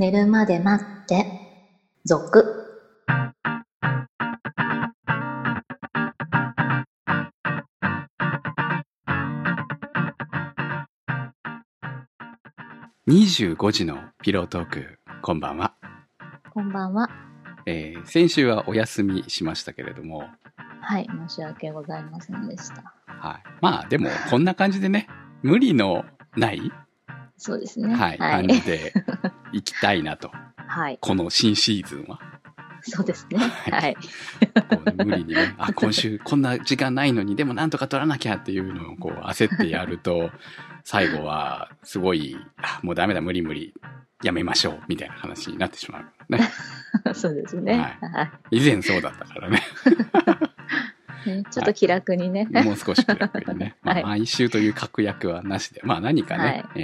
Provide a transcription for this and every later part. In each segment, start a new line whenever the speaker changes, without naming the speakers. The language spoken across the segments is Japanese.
寝るまで待って、続。
25時のピロートーク、こんばんは。
こんばんは。
先週はお休みしましたけれども、
はい、申し訳ございませんでした。
はい。まあでもこんな感じでね、無理のない、
そうですね。
はい、感じでいきたいなと。
はい。
この新シーズンは。
そうですね。
はい
はい。
こう無理にね、今週こんな時間ないのに、でもなんとか取らなきゃっていうのをこう焦ってやると、最後はすごい、もうダメだ、無理無理、やめましょう、みたいな話になってしまうね。
そうですね。
はい。以前そうだったからね。
ちょっと気楽にね。
もう少し気楽にね。
はい、
毎週という確約はなしで、何かね、
はい、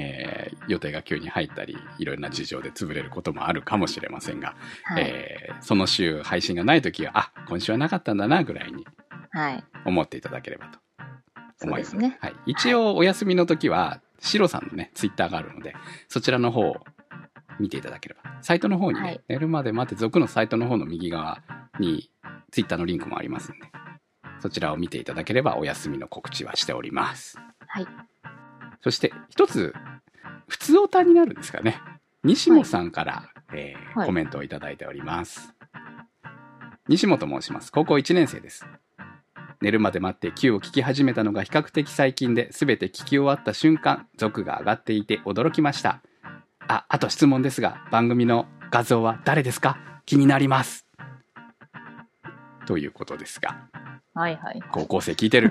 予定が急に入ったり、いろんな事情で潰れることもあるかもしれませんが、
はい、
その週配信がないときは、今週はなかったんだな、ぐらいに思っていただければと思います。
そうですね。
はい。一応お休みのときは、シロさんのね、ツイッターがあるので、そちらの方を見ていただければ。サイトの方にね、寝るまで待って、続のサイトの方の右側にツイッターのリンクもありますんで、そちらを見ていただければお休みの告知はしております。
はい。
そして一つ、普通オタになるんですかね。西本さんから、コメントをいただいております。西本と申します。高校1年生です。寝るまで待って Q を聞き始めたのが比較的最近で、全て聞き終わった瞬間、続が上がっていて驚きました。あと質問ですが、番組の画像は誰ですか？気になります。ということですが。
はいはい。
高校生聞いてる。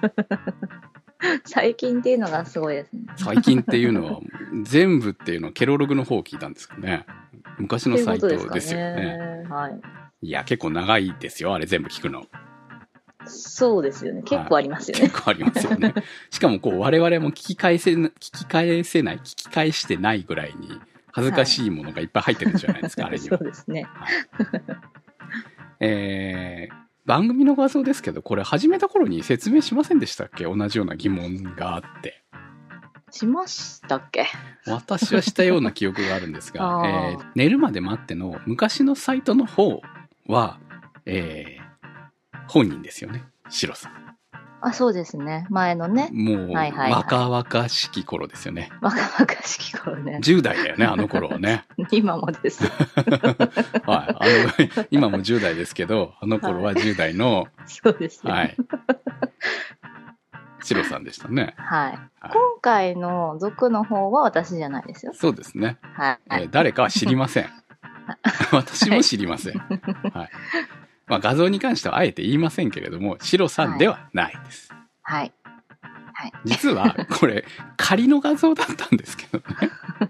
最近っていうのがすごいですね。
最近っていうのは、全部っていうのはケロログの方を聞いたんですかね。昔のサイトですよね。
はい。
いや、結構長いですよ、あれ全部聞くの。
そうですよね。結構ありますよね。
結構ありますよね。しかもこう我々も聞き返してないぐらいに恥ずかしいものがいっぱい入ってるじゃないですか、あれには。
そうですね。
はい、番組の画像ですけど、これ始めた頃に説明しませんでしたっけ？同じような疑問があって。
しましたっけ？
私はしたような記憶があるんですが、寝るまで待っての昔のサイトの方は、本人ですよね、シロさん。
そうですね。前のね。
もう、若々しき頃ですよね。
若々しき頃ね。
10代だよね、あの頃はね。
今もです。
はい。今も10代ですけど、あの頃は10代の、
そうですね。
はい。シロさんでしたね。
はい。今回の続の方は私じゃないですよ。
そうですね。
はい。
誰かは知りません。私も知りません。はい。画像に関してはあえて言いませんけれども、シロさんではないです。
はい。はい。
実は、これ、仮の画像だったんですけどね。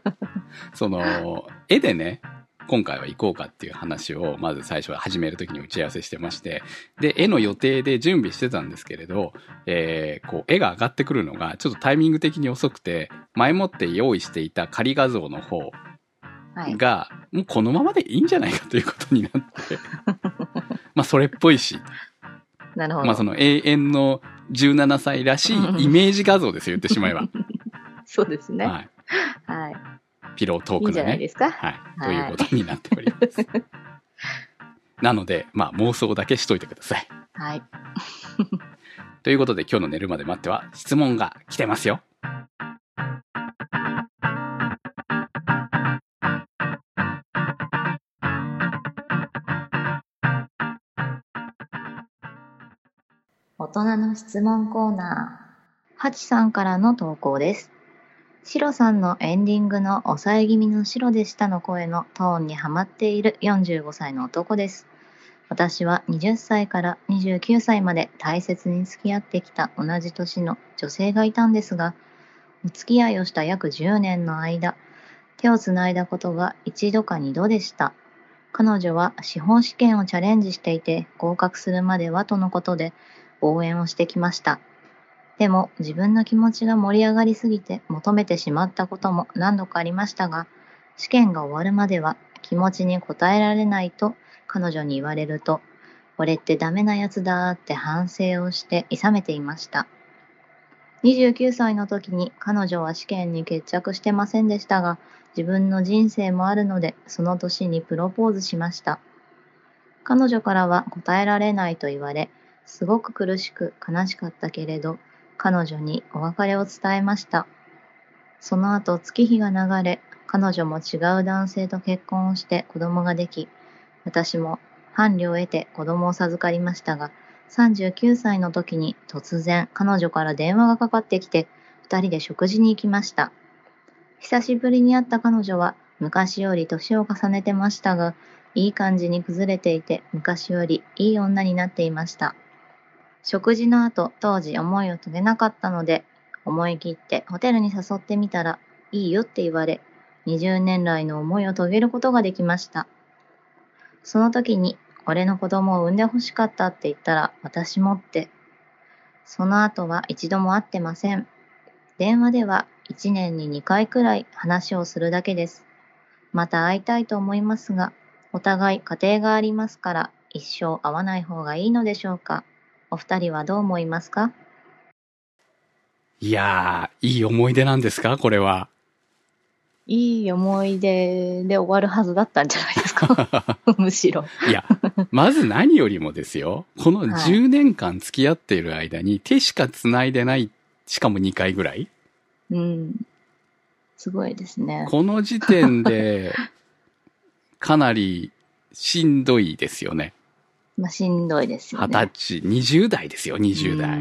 絵でね、今回は行こうかっていう話を、まず最初は始めるときに打ち合わせしてまして、で、絵の予定で準備してたんですけれど、絵が上がってくるのが、ちょっとタイミング的に遅くて、前もって用意していた仮画像の方が、もうこのままでいいんじゃないかということになって、それっぽいし。
なるほど。
永遠の17歳らしいイメージ画像ですよ、言ってしまえば。
そうですね。
はい。
はい。
ピロートークのね。いいじゃ
ないですか。
はい。ということになっております。なので、妄想だけしといてください。
はい。
ということで、今日の寝るまで待っては質問が来てますよ。
大人の質問コーナー。ハチさんからの投稿です。シロさんのエンディングの抑え気味の白でしたの声のトーンにハマっている45歳の男です。私は20歳から29歳まで大切に付き合ってきた同じ年の女性がいたんですが、お付き合いをした約10年の間、手をつないだことが1度か2度でした。彼女は司法試験をチャレンジしていて、合格するまではとのことで応援をしてきました。でも自分の気持ちが盛り上がりすぎて求めてしまったことも何度かありましたが、試験が終わるまでは気持ちに応えられないと彼女に言われると、俺ってダメなやつだって反省をして諌めていました。29歳の時に彼女は試験に決着してませんでしたが、 自分の人生もあるので、その年にプロポーズしました。彼女からは答えられないと言われ、すごく苦しく悲しかったけれど、彼女にお別れを伝えました。その後月日が流れ、彼女も違う男性と結婚をして子供ができ、私も伴侶を得て子供を授かりましたが、39歳の時に突然彼女から電話がかかってきて、2人で食事に行きました。久しぶりに会った彼女は昔より年を重ねてましたが、いい感じに崩れていて、昔よりいい女になっていました。食事の後、当時思いを遂げなかったので、思い切ってホテルに誘ってみたら、いいよって言われ、20年来の思いを遂げることができました。その時に、俺の子供を産んで欲しかったって言ったら、私もって。その後は一度も会ってません。電話では1年に2回くらい話をするだけです。また会いたいと思いますが、お互い家庭がありますから、一生会わない方がいいのでしょうか。お二人はどう思いますか？
いやー、いい思い出なんですかこれは。
いい思い出で終わるはずだったんじゃないですかむしろ。
いや、まず何よりもですよ。この10年間付き合っている間に手しか繋いでない、しかも2回ぐらい。
うん。すごいですね。
この時点で、かなりしんどいですよね。
まあ、しんどいですよね。
20歳、20代ですよ、20代。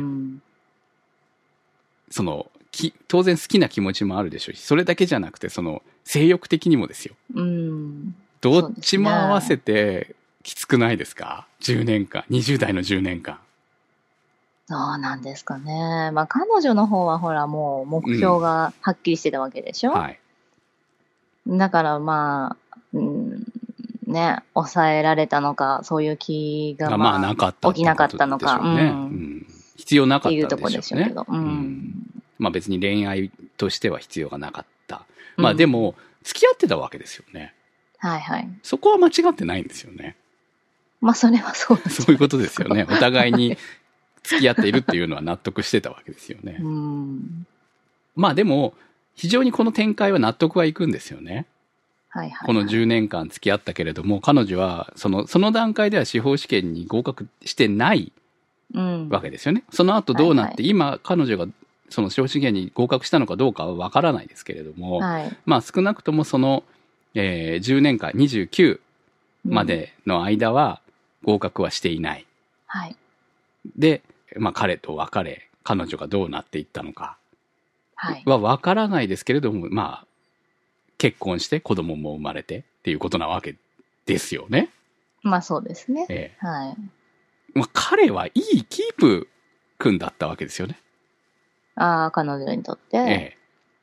当然好きな気持ちもあるでしょうし、それだけじゃなくて、性欲的にもですよ。どっちも合わせてきつくないですか？ 10 年間、20代の10年間。
どうなんですかね。まあ彼女の方はほらもう目標がはっきりしてたわけでしょ？はい。だからまあ、ね、抑えられたのか、そういう気が
まあなかった
起きなかったのか、
必要なかったんでしょうね。っていうとこ
でしょうけど。
まあ別に恋愛としては必要がなかった。まあでも、付き合ってたわけですよね。
はいはい。
そこは間違ってないんですよね。
まあそれはそうです。
そういうことですよね。お互いに付き合っているっていうのは納得してたわけですよね。まあでも、非常にこの展開は納得はいくんですよね。はいはいはい、この10年間付き合ったけれども、彼女はその段階では司法試験に合格してないわけですよね。その後どうなって、はいはい、今彼女がその司法試験に合格したのかどうかはわからないですけれども、はい、まあ少なくとも10年間29までの間は合格はしていない。はい、で、まあ彼と別れ、彼女がどうなっていったのかはわからないですけれども、まあ結婚して子供も生まれてっていうことなわけですよね。まあそうですね。はい。まあ彼はいいキープ君だったわけですよね。ああ、彼女にとって。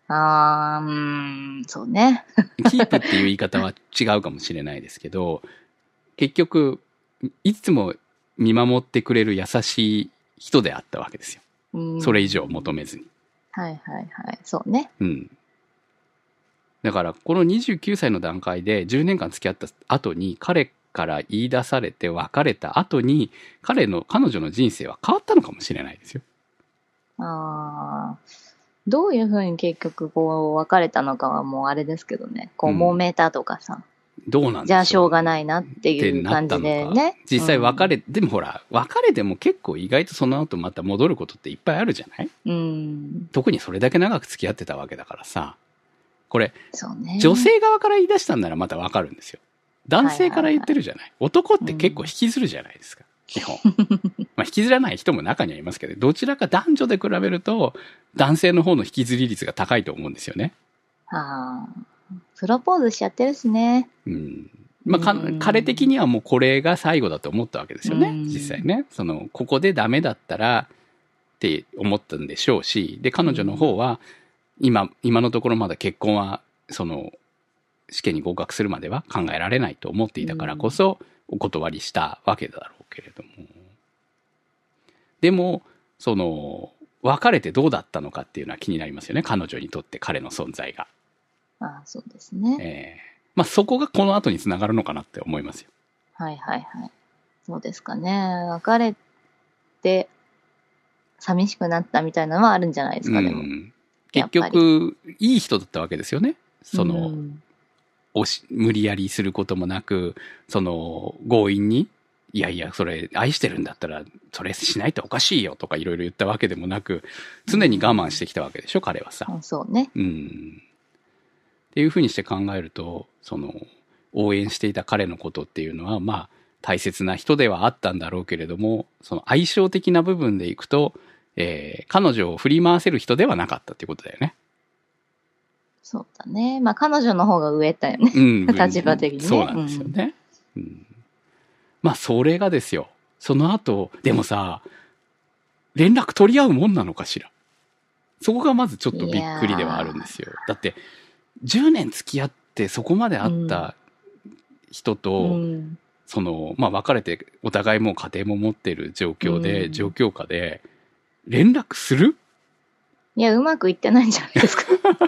そうね。キープっていう言い方は違うかもしれないですけど、結局、いつも見守ってくれる優しい人であったわけですよ。それ以上求めずに。はいはいはい。そうね。うん。だから、この29歳の段階で10年間付き合った後に、彼から言い出されて別れた後に、彼女の人生は変わったのかもしれないですよ。ああ、どういうふうに結局こう別れたのかはもうあれですけどね。こう揉めたとかさ。どうなんでしょう。じゃあしょうがないなっていう感じでね。実際別れ、でもほら、別れても結構意外とその後また戻ることっていっぱいあるじゃない？特にそれだけ長く付き合ってたわけだからさ。これ、そうね、女性側から言い出したんならまたわかるんですよ。男性から言ってるじゃない。男って結構引きずるじゃないですか。基本。まあ引きずらない人も中にはいますけど、どちらか男女で比べると男性の方の引きずり率が高いと思うんですよね。ああ。プロポーズしちゃってるしね。まあ彼的にはもうこれが最後だと思ったわけですよね。実際ね。ここでダメだったらって思ったんでしょうし、で、彼女の方は今のところまだ結婚は試験に合格するまでは考えられないと思っていたからこそお断りしたわけだろうけれども。でも、別れてどうだったのかっていうのは気になりますよね。彼女にとって彼の存在が。ああ、そうですね。まあそこがこの後につながるのかなって思いますよ。はいはいはい。そうですかね。別れて寂しくなったみたいなのはあるんじゃないですか、でも。結局、いい人だったわけですよね。 無理やりすることもなく、強引に、いやいや、それ愛してるんだったら、それしないとおかしいよとかいろいろ言ったわけでもなく、常に我慢してきたわけでしょ、彼はさ。
そうね。
っていうふうにして考えると、応援していた彼のことっていうのは、まあ、大切な人ではあったんだろうけれども、相性的な部分でいくと、彼女を振り回せる人ではなかったっていうことだよね。
そうだね。まあ、彼女の方が上だよね。立場的にね。
そうなんですよね。まあ、それがですよ。その後、でもさ、連絡取り合うもんなのかしら。そこがまずちょっとびっくりではあるんですよ。だって、10年付き合ってそこまで会った人と、まあ、別れてお互いもう家庭も持ってる状況下で、連絡する？
いや、うまくいってないんじゃないですか。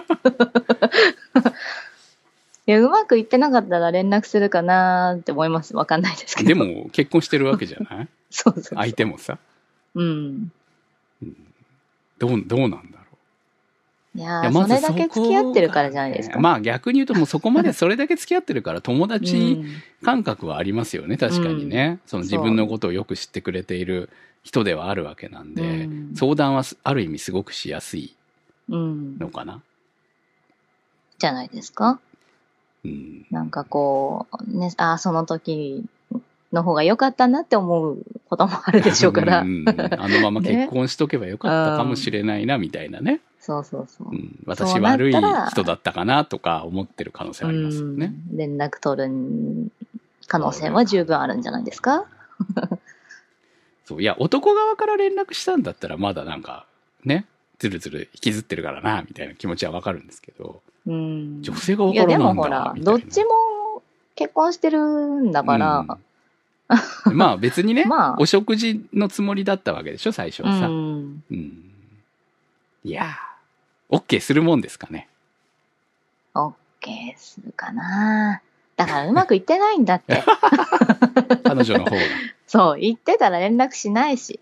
いや、うまくいってなかったら連絡するかなって思います。わかんないですけど。
でも、結婚してるわけじゃない？
そう
相手もさ。
どう
なんだろう。
いや、それだけ付き合ってるからじゃないですか。
まあ逆に言うともうそこまでそれだけ付き合ってるから友達感覚はありますよね、確かにね。自分のことをよく知ってくれている人ではあるわけなんで、相談はある意味すごくしやすいのかな。
じゃないですか。なんかこう、ね、その時の方が良かったなって思うこともあるでしょうから。
あのまま結婚しとけばよかったかもしれないな、みたいなね。私悪い人だったかなとか思ってる可能性ありますよね。
連絡取る可能性は十分あるんじゃないですか。
そう、いや、男側から連絡したんだったらまだなんか、ね、ずるずる引きずってるからな、みたいな気持ちはわかるんですけど、女性がわからないんだ。いや、でもほら、
どっちも結婚してるんだから、
まあ別にね、お食事のつもりだったわけでしょ、最初はさ。いやー、OK するもんですかね。
OK するかな。だからうまくいってないんだって。
彼女の方が。
そう、言ってたら連絡しないし。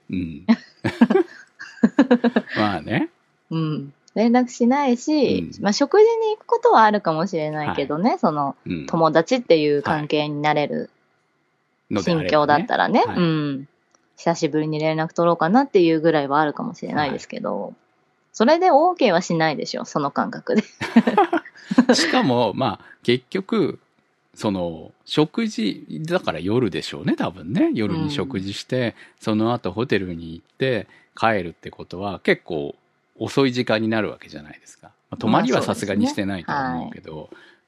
まあね。
連絡しないし、まあ食事に行くことはあるかもしれないけどね、友達っていう関係になれる心境だったらね、久しぶりに連絡取ろうかなっていうぐらいはあるかもしれないですけど、それで OK はしないでしょ、その感覚で。
しかも、まあ、結局、食事、だから夜でしょうね、多分ね。夜に食事して、その後ホテルに行って帰るってことは結構遅い時間になるわけじゃないですか。まあ、泊まりはさすがにしてないと思うけど、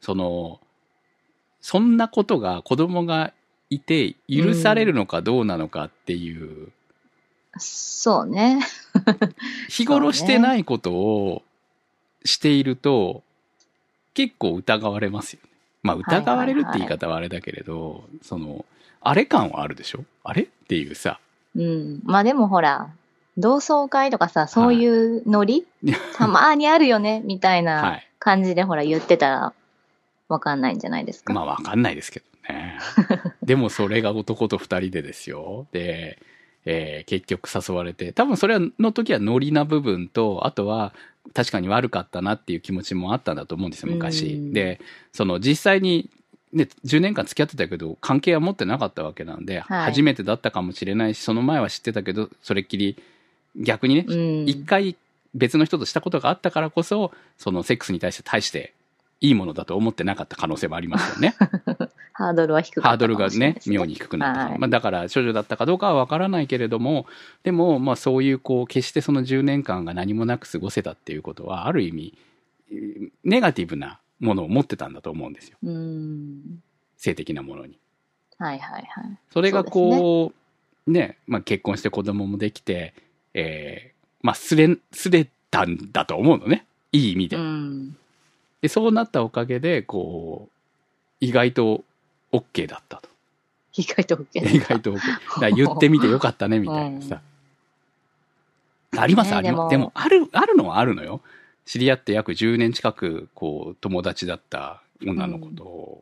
そんなことが子供がいて許されるのかどうなのかっていう。
そうね。
日頃してないことをしていると、結構疑われますよね。まあ疑われるって言い方はあれだけれど、あれ感はあるでしょ？あれっていうさ。
まあでもほら、同窓会とかさ、そういうノリ、たまにあるよね、みたいな感じでほら言ってたらわかんないんじゃないですか。
まあわかんないですけどね。でもそれが男と二人でですよ。で、結局誘われて、多分それの時はノリな部分と、あとは確かに悪かったなっていう気持ちもあったんだと思うんですよ、昔。で、実際に、ね、10年間付き合ってたけど、関係は持ってなかったわけなんで、初めてだったかもしれないし、その前は知ってたけど、それっきり、逆にね、一回別の人としたことがあったからこそ、セックスに対していいものだと思ってなかった可能性もありますよね。
ハードルは低くなった
ハードルがね、妙に低くなった。まあ、だから処女だったかどうかはわからないけれども、でも、まあそういう決してその10年間が何もなく過ごせたっていうことは、ある意味、ネガティブなものを持ってたんだと思うんですよ。性的なものに。それがね、まあ結婚して子供もできて、まあすれたんだと思うのね。いい意味で。で、そうなったおかげで、意外と OK だったと。
意外と OK だった。
意外と OK。だから言ってみてよかったね、みたいなさ。あります、あります。でも、あるのはあるのよ。知り合って約10年近く、友達だった女の子と、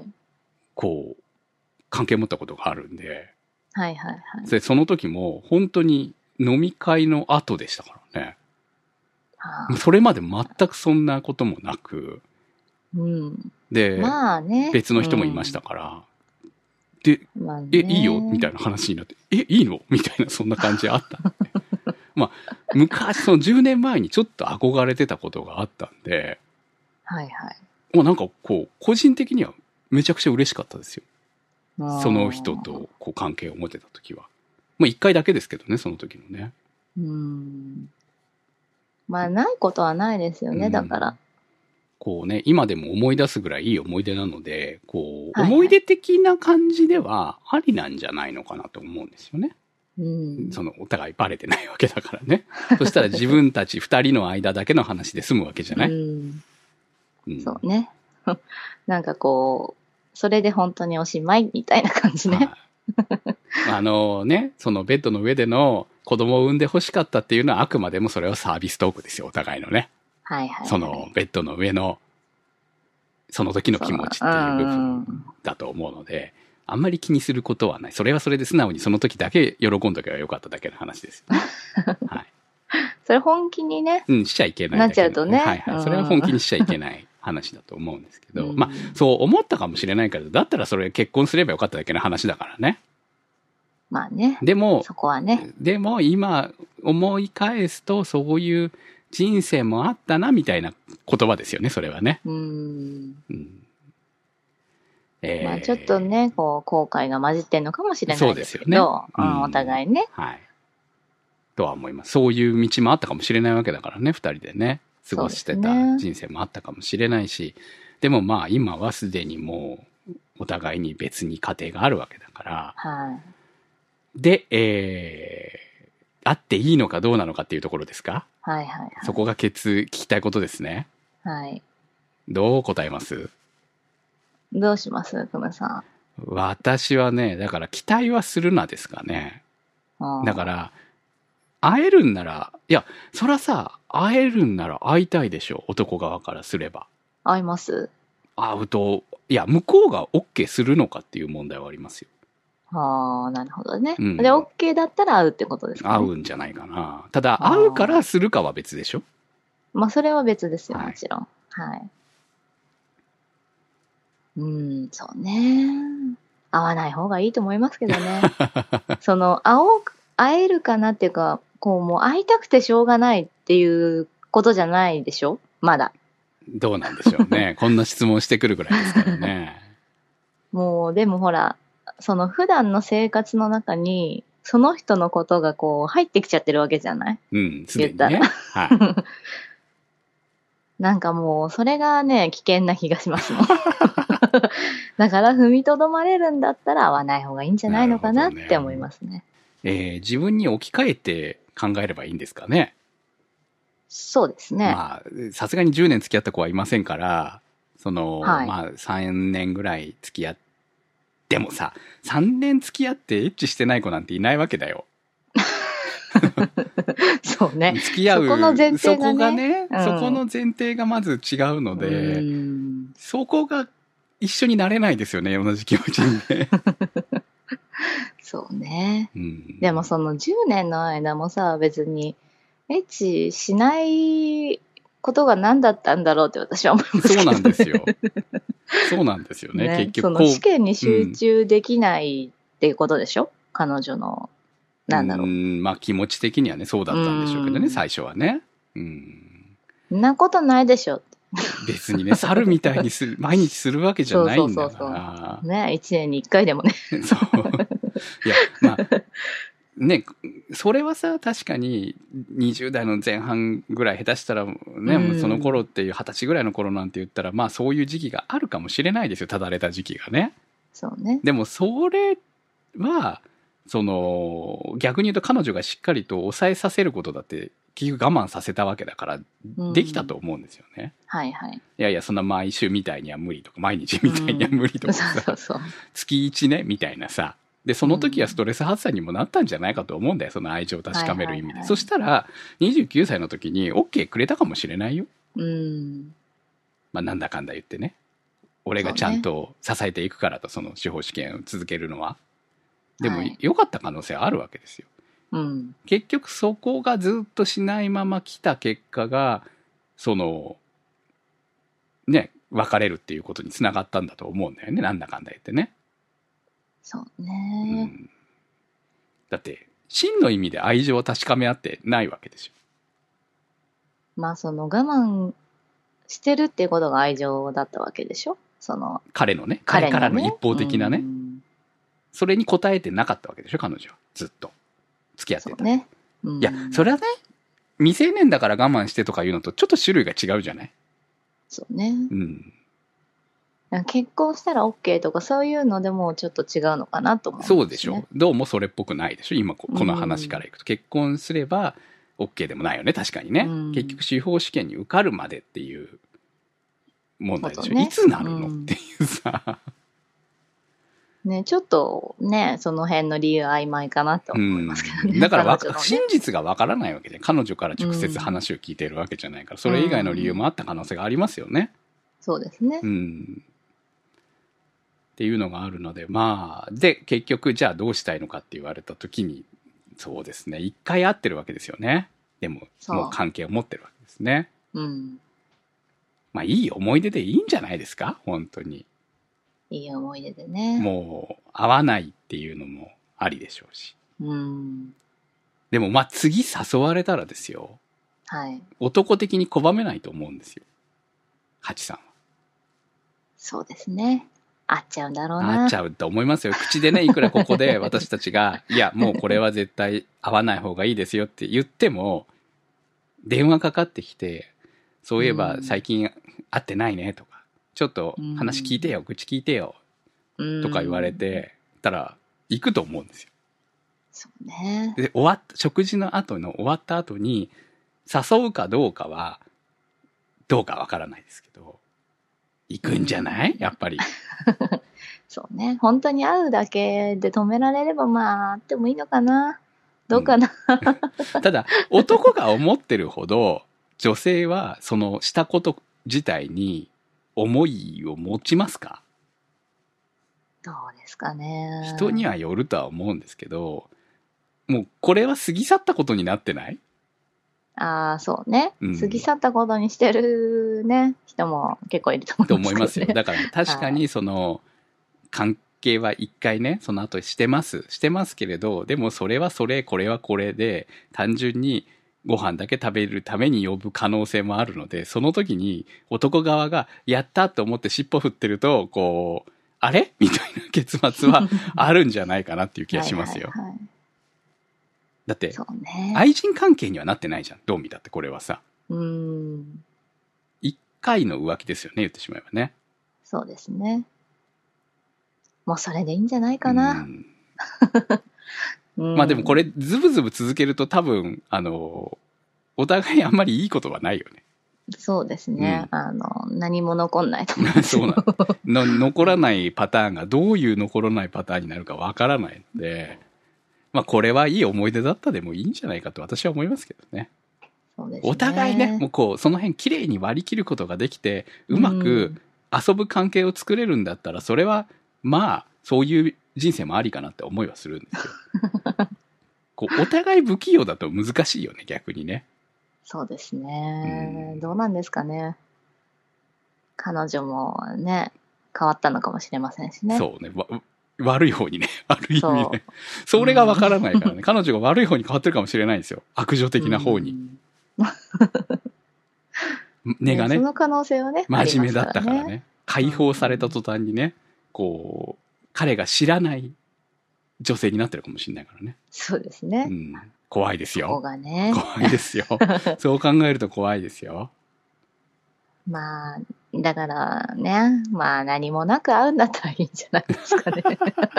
関係持ったことがあるんで、で、その時も、本当に飲み会の後でしたからね。それまで全くそんなこともなく、
うん。
で、
まあね。
別の人もいましたから、で、
まあね、
いいよみたいな話になって、いいのみたいな、そんな感じあったんで。まあ、昔、その10年前にちょっと憧れてたことがあったんで、
はいはい。
もうなんかこう、個人的にはめちゃくちゃ嬉しかったですよ。その人
あ
とこう関係を持てた時は。まあ一回だけですけどね、その時のね。
まあ、ないことはないですよね、だから。
こうね、今でも思い出すぐらいいい思い出なので、こう、
はいはい
思い出的な感じではありなんじゃないのかなと思うんですよね。その、お互いバレてないわけだからね。そしたら自分たち二人の間だけの話で済むわけじゃない？
そうね。なんかこう、それで本当におしまいみたいな感じね。
ね、そのベッドの上での子供を産んで欲しかったっていうのはあくまでもそれはサービストークですよ、お互いのね。
はいはい、はい。
そのベッドの上の、その時の気持ちっていう部分だと思うので、あんまり気にすることはない。それはそれで素直にその時だけ喜んどけばよかっただけの話ですよ、ね。はい。
それ本気にね。
しちゃいけない
なっちゃうとね。
はいはい。それは本気にしちゃいけない話だと思うんですけど、まあ、そう思ったかもしれないから、だったらそれ結婚すればよかっただけの話だからね。
まあね。
でも、
そこはね。
でも今思い返すとそういう人生もあったなみたいな言葉ですよね、それはね。
まあちょっとね、こう、後悔が混じってんのかもしれないですけど、
そうですよね。
お互いね。
はい。とは思います。そういう道もあったかもしれないわけだからね、二人でね、過ごしてた人生もあったかもしれないし、でもまあ今はすでにもうお互いに別に家庭があるわけだから、
はい。
で、会っていいのかどうなのかっていうところですか？
はいはいはい。
そこが聞きたいことですね。
はい。
どう答えます？
どうしますクムさん。
私はね、だから期待はするなですかね。だから、会えるんなら、いや、そらさ、会えるんなら会いたいでしょ、男側からすれば。
会います？
会うと、いや、向こうが OK するのかっていう問題はありますよ。
ああ、なるほどね。で、OK だったら会うってことですかね。
会うんじゃないかな。ただ、会うからするかは別でしょ。
まあ、それは別ですよ、もちろん。はい。そうね。会わない方がいいと思いますけどね。その、会えるかなっていうか、こう、もう会いたくてしょうがないっていうことじゃないでしょまだ。
どうなんでしょうね。こんな質問してくるぐらいですからね。
もう、でもほら、その普段の生活の中に、その人のことがこう、入ってきちゃってるわけじゃない？
すでにね。はい。
なんかもう、それがね、危険な気がしますもん。だから、踏みとどまれるんだったら、会わない方がいいんじゃないのかなって思いますね。
自分に置き換えて考えればいいんですかね。
そうですね。
まあ、さすがに10年付き合った子はいませんから、その、まあ、3年ぐらい付き合って、でもさ、3年付き合ってエッチしてない子なんていないわけだよ。
そうね。
付き合う、そこの前提がまず違うので、そこが一緒になれないですよね、同じ気持ちにね。
そうね。でもその10年の間もさ、別にエッチしないことが何だったんだろうって私は思いますけど、ね。
そうなんですよ。そうなんですよね、結局
その試験に集中できないっていうことでしょ、彼女の。なんだろう。
まあ気持ち的にはね、そうだったんでしょうけどね、最初はね。
そんなことないでしょ。
別にね、猿みたいに毎日するわけじゃないんだから。
そうね、1年に1回でもね。
そう。いや、まあ、ね、それはさ、確かに20代の前半ぐらい下手したらね、もうその頃っていう20歳ぐらいの頃なんて言ったら、まあそういう時期があるかもしれないですよ、ただれた時期がね。
そうね。
でもそれは、その、逆に言うと彼女がしっかりと抑えさせることだって、結局我慢させたわけだから、できたと思うんですよね。
はいはい。
いやいや、そんな毎週みたいには無理とか、毎日みたいには無理とかさ、月1ね、みたいなさ。で、その時はストレス発散にもなったんじゃないかと思うんだよ、その愛情を確かめる意味で。そしたら、29歳の時に OK くれたかもしれないよ。まあ、なんだかんだ言ってね。俺がちゃんと支えていくからと、その司法試験を続けるのは。でも、良かった可能性はあるわけですよ。結局そこがずっとしないまま来た結果が、その、ね、 別れるっていうことにつながったんだと思うんだよね、なんだかんだ言ってね。
そうね、
だって真の意味で愛情を確かめ合ってないわけでしょ。
まあその我慢してるっていうことが愛情だったわけでしょ、その
彼からの一方的なね、それに応えてなかったわけでしょ、彼女はずっと付き合ってた。
ね、
いやそれはね、未成年だから我慢してとかいうのとちょっと種類が違うじゃない。
そうね、結婚したら OK とかそういうのでもちょっと違うのかなと思うんですね。
そうでしょ。どうもそれっぽくないでしょ今この話からいくと、結婚すれば OK でもないよね、確かにね、結局司法試験に受かるまでっていう問題でしょ、いつなるの、っていうさ
ね、ちょっとねその辺の理由曖昧かなと思いますけどね、
だから真実がわからないわけで、彼女から直接話を聞いてるわけじゃないから、それ以外の理由もあった可能性がありますよね。
そうですね、
っていうのがあるので、まあで結局じゃあどうしたいのかって言われた時に、そうですね、一回会ってるわけですよね。でももう関係を持ってるわけですね。まあいい思い出でいいんじゃないですか、本当に。
いい思い出でね。
もう会わないっていうのもありでしょうし。でもまあ次誘われたらですよ、
はい、
男的に拒めないと思うんですよ、ハチさんは。
そうですね、会っちゃうんだろうな。
会っちゃうと思いますよ。口でね、いくらここで私たちがいやもうこれは絶対会わない方がいいですよって言っても、電話かかってきて、そういえば最近会ってないねとか、ちょっと話聞いてよ、愚痴聞いてよとか言われてたら行くと思うんですよ。
そうね。
で食事の終わった後に誘うかどうかはどうかわからないですけど、行くんじゃない、やっぱり。
そうね、本当に会うだけで止められればまあ会ってもいいのかな、どうかな、
ただ男が思ってるほど女性はそのしたこと自体に思いを持ちますか？
どうですかね。
人にはよるとは思うんですけど、もうこれは過ぎ去ったことになってない？
ああ、そうね、過ぎ去ったことにしてるね人も結構いると思いますよ。
だから確かにその関係は一回ね、その後してますけれど、でもそれはそれ、これはこれで、単純にご飯だけ食べるために呼ぶ可能性もあるので、その時に男側がやったと思って尻尾振ってると、こうあれみたいな結末はあるんじゃないかなっていう気がしますよ。だって、愛人関係にはなってないじゃん、どう見たって。これはさ、一回の浮気ですよね、言ってしまえばね。
そうですね、もうそれでいいんじゃないかな。
まあでもこれズブズブ続けると多分お互いあんまりいいことはないよね。そうですね、
何も残んないと思うそう
なの残らないパターンがどういう残らないパターンになるかわからないので、まあこれはいい思い出だったでもいいんじゃないかと私は思いますけどね。そうですね、お互いね、もうこうその辺きれいに割り切ることができて、うまく遊ぶ関係を作れるんだったら、それはまあそういう人生もありかなって思いはするんですよ。こうお互い不器用だと難しいよね、逆にね。そうですね、
どうなんですかね。彼女もね変わったのかもしれませんしね。
そうね、悪い方にね、ある意味ね。それがわからないからね、彼女が悪い方に変わってるかもしれないんですよ、悪女的な方に。根がね、
その可能性はね、
真面目だったからね、解放された途端にね、こう彼が知らない女性になってるかもしれないからね。
そうですね、
怖いですよ。
そこがね、
怖いですよ。そう考えると怖いですよ。
まあだからね、まあ何もなく会うんだったらいいんじゃないですかね。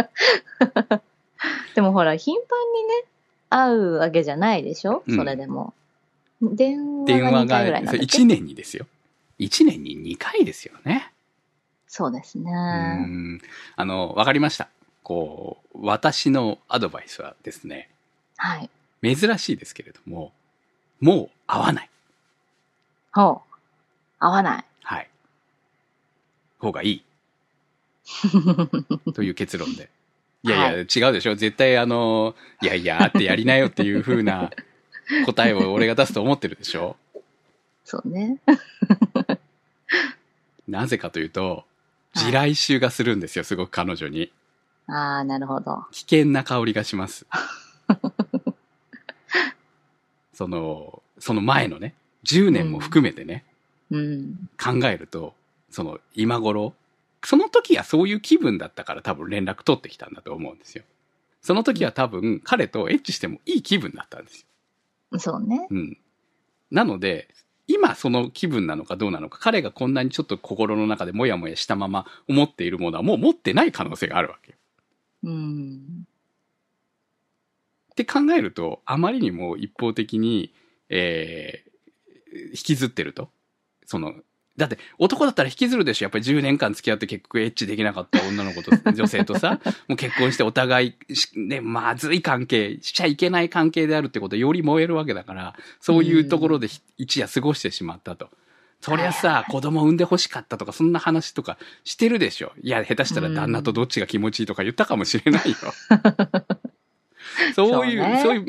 でもほら頻繁にね会うわけじゃないでしょ、それでも。電話が2回ぐらいなんだっけ。
1年にですよ。1年に2回ですよね。
そうですね。
わかりました。こう私のアドバイスはですね、
はい、
珍しいですけれども、もう会わない。
会わない。
はい。方がいい。という結論で。いやいや、違うでしょ。絶対いやいやってやりなよっていう風な答えを俺が出すと思ってるでしょ。
そうね。
なぜかというと、地雷臭がするんですよ、すごく彼女に。
ああ、なるほど。
危険な香りがします。その前のね、10年も含めてね、考えると、今頃、その時はそういう気分だったから多分連絡取ってきたんだと思うんですよ。その時は多分彼とエッチしてもいい気分だったんです
よ。そうね。
なので、今その気分なのかどうなのか、彼がこんなにちょっと心の中でモヤモヤしたまま思っているものはもう持ってない可能性があるわけよ。って考えると、あまりにも一方的に、引きずってると。だって男だったら引きずるでしょ。やっぱり10年間付き合って結局エッチできなかった女の子と、女性とさ、もう結婚してお互い、ね、まずい関係、しちゃいけない関係であるってことでより燃えるわけだから、そういうところで一夜過ごしてしまったと。そりゃさ、子供産んで欲しかったとか、そんな話とかしてるでしょ。いや、下手したら旦那とどっちが気持ちいいとか言ったかもしれないよ。そういう、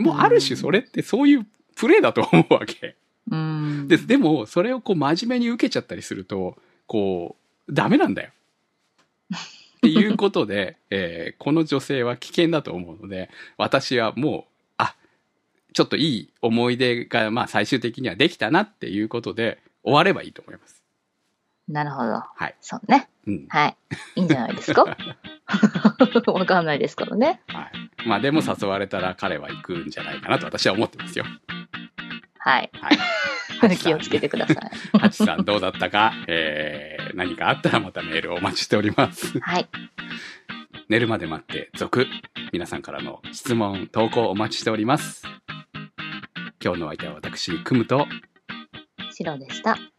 もうある種それってそういうプレーだと思うわけ。でも、それをこう真面目に受けちゃったりすると、こう、ダメなんだよ。っていうことで、この女性は危険だと思うので、私はもう、ちょっといい思い出が、まあ最終的にはできたなっていうことで終わればいいと思います。
なるほど。
はい。
そうね。はい。いいんじゃないですか。わかんないですからね。
はい。まあでも誘われたら彼は行くんじゃないかなと私は思ってますよ。
はい。はい。気をつけてください。
ハチさんどうだったか、何かあったらまたメールをお待ちしております。
はい。
寝るまで待って続、皆さんからの質問、投稿お待ちしております。今日のお相手は私、クムと
シロでした。